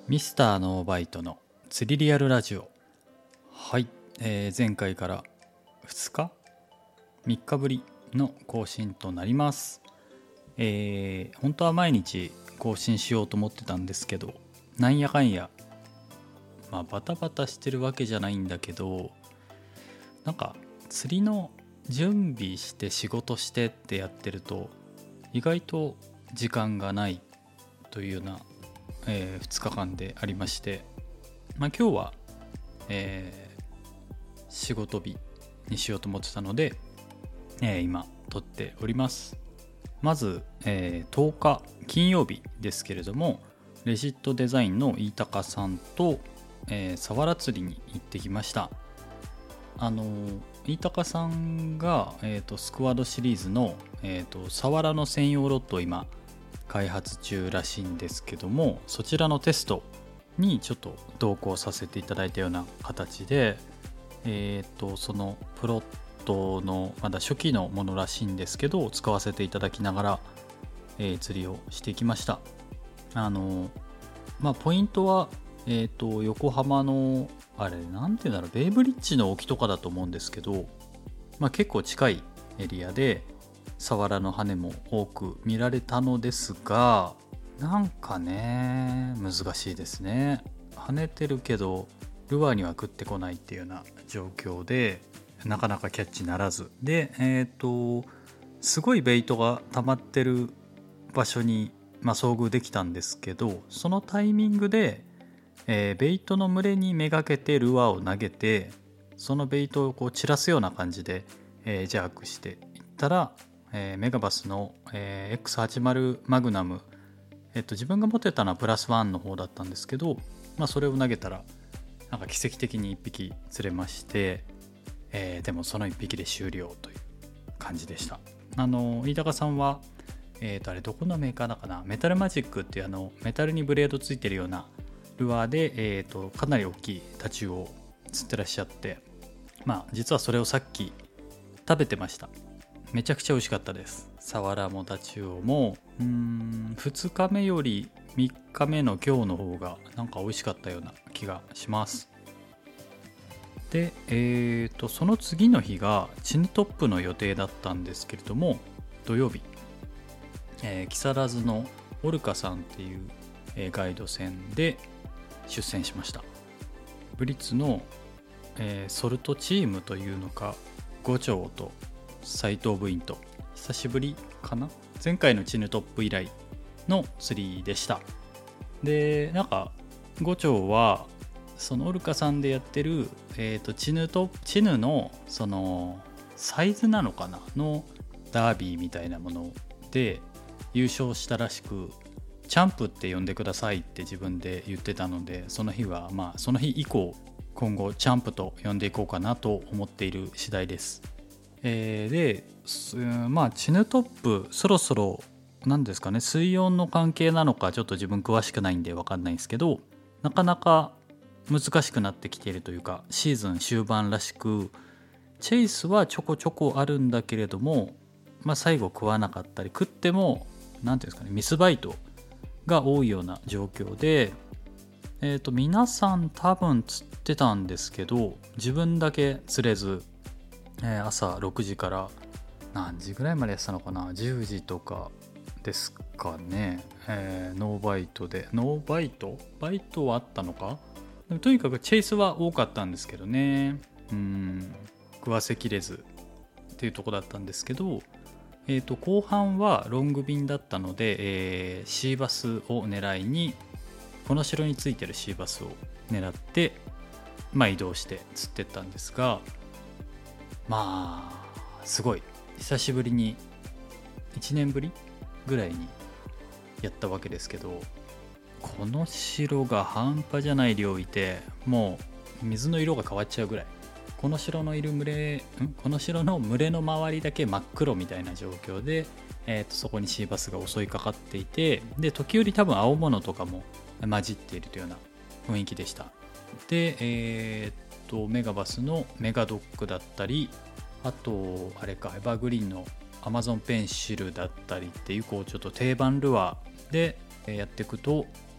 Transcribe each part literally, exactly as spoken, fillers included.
ミスターノーバイトの釣りリアルラジオ。はい、えー、前回からふつかみっかぶりの更新となります。えー、本当は毎日更新しようと思ってたんですけど、なんやかんや、まあ、バタバタしてるわけじゃないんだけど、なんか釣りの準備して仕事してってやってると意外と時間がないというような、えー、ふつかかんでありまして、まあ、今日は、えー、仕事日にしようと思ってたので、えー、今撮っております。まず、えー、とおか金曜日ですけれども、レジットデザインの飯高さんと、えー、サワラ釣りに行ってきました。あの飯高さんが、えーと、スクワッドシリーズの、えーと、サワラの専用ロッドを今開発中らしいんですけども、そちらのテストにちょっと同行させていただいたような形で、えーと、そのプロットのまだ初期のものらしいんですけど、使わせていただきながら、えー、釣りをしてきました。あのまあポイントは、えーと、横浜のあれなんていうんだろう、ベイブリッジの沖とかだと思うんですけど、まあ、結構近いエリアでサワラの羽も多く見られたのですが、なんかね難しいですね。跳ねてるけどルアーには食ってこないっていうような状況で、なかなかキャッチならずで、えっとすごいベイトが溜まってる場所に、まあ、遭遇できたんですけど、そのタイミングで、えー、ベイトの群れにめがけてルアーを投げて、そのベイトをこう散らすような感じで、えー、ジャークしていったら、えー、メガバスの、えー、エックスはちじゅう マグナム、えっと、自分が持ってたのはプラスワンの方だったんですけど、まあ、それを投げたらなんか奇跡的にいっぴき釣れまして、えー、でもそのいっぴきで終了という感じでした。あの飯高さんは、えー、とあれどこのメーカーだかな、メタルマジックっていうあのメタルにブレードついてるようなルアーで、えー、とかなり大きいタチウオを釣ってらっしゃって、まあ実はそれをさっき食べてました。めちゃくちゃ美味しかったです。サワラもタチウオもうーんふつかめよりみっかめの今日の方がなんか美味しかったような気がします。で、えー、とその次の日がチヌトップの予定だったんですけれども、土曜日、えー、木更津のオルカさんっていう、えー、ガイド船で出船しました。ブリッツの、えー、ソルトチームというのか、五丁と斉藤部員と久しぶりかな、前回のチヌトップ以来の釣りでした。でなんか五丁はそのオルカさんでやってる、えー、とチヌとチヌのそのサイズなのかなのダービーみたいなもので優勝したらしく、チャンプって呼んでくださいって自分で言ってたので、その日はまあその日以降今後チャンプと呼んでいこうかなと思っている次第です。えー、でまあチヌトップそろそろ何ですかね、水温の関係なのかちょっと自分詳しくないんで分かんないんですけど、なかなか難しくなってきているというか、シーズン終盤らしくチェイスはちょこちょこあるんだけれども、まあ、最後食わなかったり、食っても何ていうんですかね、ミスバイトが多いような状況で、えーと皆さん多分釣ってたんですけど、自分だけ釣れず、えー、朝ろくじから何時ぐらいまでやってたのかな、じゅうじとかですかね、えー、ノーバイトでノーバイトバイトはあったのか、でもとにかくチェイスは多かったんですけどね、うーん食わせきれずっていうとこだったんですけど、えーと後半はロング便だったので、えー、シーバスを狙いにこの城についてるシーバスを狙って、まあ、移動して釣ってったんですが、まあすごい久しぶりにいちねんぶりぐらいにやったわけですけど、この城が半端じゃない量いて、もう水の色が変わっちゃうぐらい、この城のいる群れんこの城の群れの周りだけ真っ黒みたいな状況で、えー、とそこにシーバスが襲いかかっていて、で時折多分青物とかも混じっているというような雰囲気でした。で、えー、とメガバスのメガドックだったり、あとあれかエバーグリーンのアマゾンペンシルだったりっていう、こうちょっと定番ルアーでやっていくと、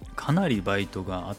かなりバイトがあって、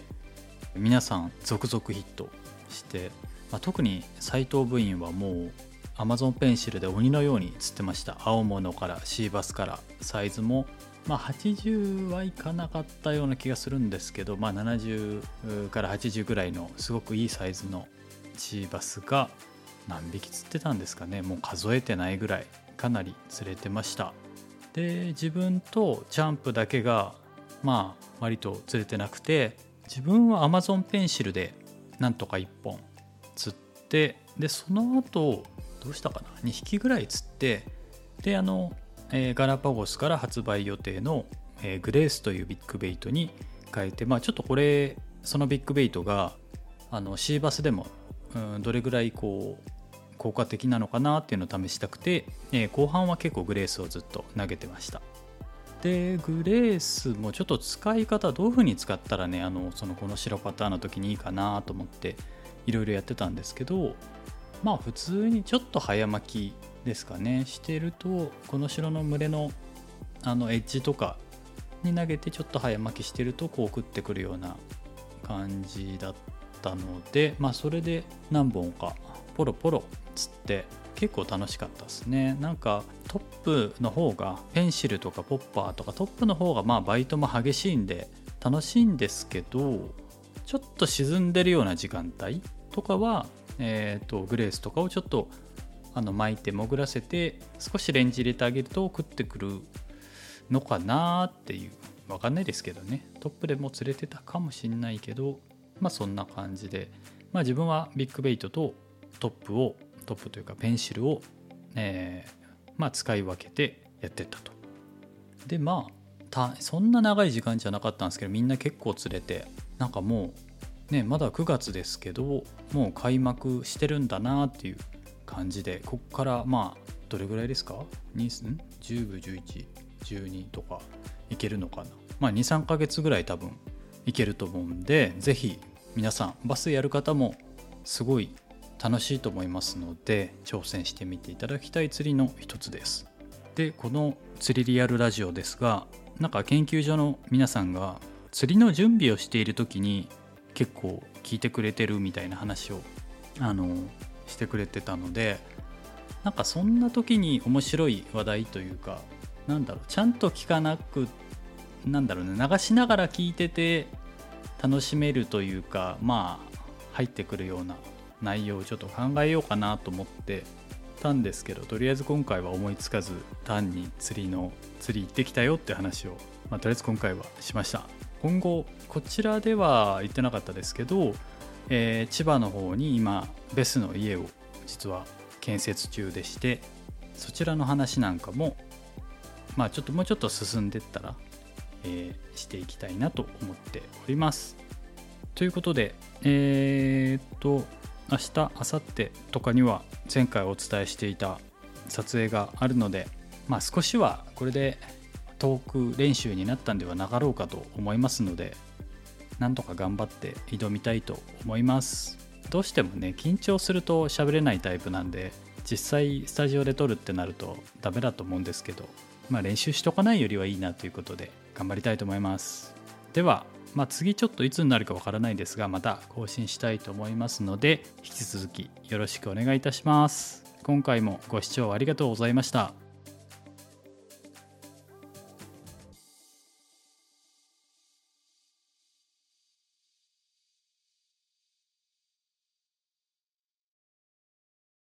皆さん続々ヒットして、まあ、特に斉藤部員はもう Amazon ペンシルで鬼のように釣ってました。青物からシーバスからサイズも、まあ、はちじゅうはいかなかったような気がするんですけど、まあ、ななじゅうからはちじゅうぐらいのすごくいいサイズのシーバスが何匹釣ってたんですかね。もう数えてないぐらいかなり釣れてました。で自分とチャンプだけがまあ割と釣れてなくて、自分は Amazon ペンシルでなんとかいっぽん釣って、でその後どうしたかなにひきぐらい釣って、であの、えー、ガラパゴスから発売予定の、えー、グレースというビッグベイトに変えて、まあちょっとこれそのビッグベイトがあのシーバスでも、うん、どれぐらいこう効果的なのかなっていうのを試したくて、えー、後半は結構グレースをずっと投げてました。でグレースもちょっと使い方どういう風に使ったらね、あのそのこの白パターンの時にいいかなと思っていろいろやってたんですけど、まあ普通にちょっと早巻きですかねしてると、この白の群れのあのエッジとかに投げてちょっと早巻きしてるとこう食ってくるような感じだったので、まあそれで何本かポロポロ釣って結構楽しかったですね。なんかトップの方がペンシルとかポッパーとかトップの方がまあバイトも激しいんで楽しいんですけど、ちょっと沈んでるような時間帯とかは、えー、とグレースとかをちょっとあの巻いて潜らせて少しレンジ入れてあげると食ってくるのかなっていう、わかんないですけどね、トップでも釣れてたかもしんないけど、まあそんな感じで、まあ自分はビッグベイトとトップをトップというかペンシルを、えーまあ、使い分けてやってったと。でまあたそんな長い時間じゃなかったんですけど、みんな結構釣れて、なんかもうねまだくがつですけどもう開幕してるんだなっていう感じで、こっからまあどれぐらいですか、にじゅうぶじゅういち、じゅうにとかいけるのかな、まあにさんかげつぐらい多分いけると思うんで、ぜひ皆さんバスやる方もすごい楽しいと思いますので挑戦してみていただきたい釣りの一つです。でこの釣りリアルラジオですが、なんか研究所の皆さんが釣りの準備をしている時に結構聞いてくれてるみたいな話をあのしてくれてたので、なんかそんな時に面白い話題というか、なんだろうちゃんと聞かなくなんだろうね流しながら聞いてて楽しめるというか、まあ入ってくるような内容をちょっと考えようかなと思ってたんですけど、とりあえず今回は思いつかず単に釣りの釣り行ってきたよって話を、まあ、とりあえず今回はしました。今後こちらでは言ってなかったですけど、えー、千葉の方に今ベスの家を実は建設中でして、そちらの話なんかもまあちょっともうちょっと進んでったら、えー、していきたいなと思っております。ということでえー、っと明日明後日とかには前回お伝えしていた撮影があるので、まあ少しはこれでトーク練習になったんではなかろうかと思いますので、なんとか頑張って挑みたいと思います。どうしてもね緊張すると喋れないタイプなんで、実際スタジオで撮るってなるとダメだと思うんですけど、まあ練習しとかないよりはいいなということで頑張りたいと思います。ではまあ、次ちょっといつになるかわからないですが、また更新したいと思いますので引き続きよろしくお願いいたします。今回もご視聴ありがとうございました。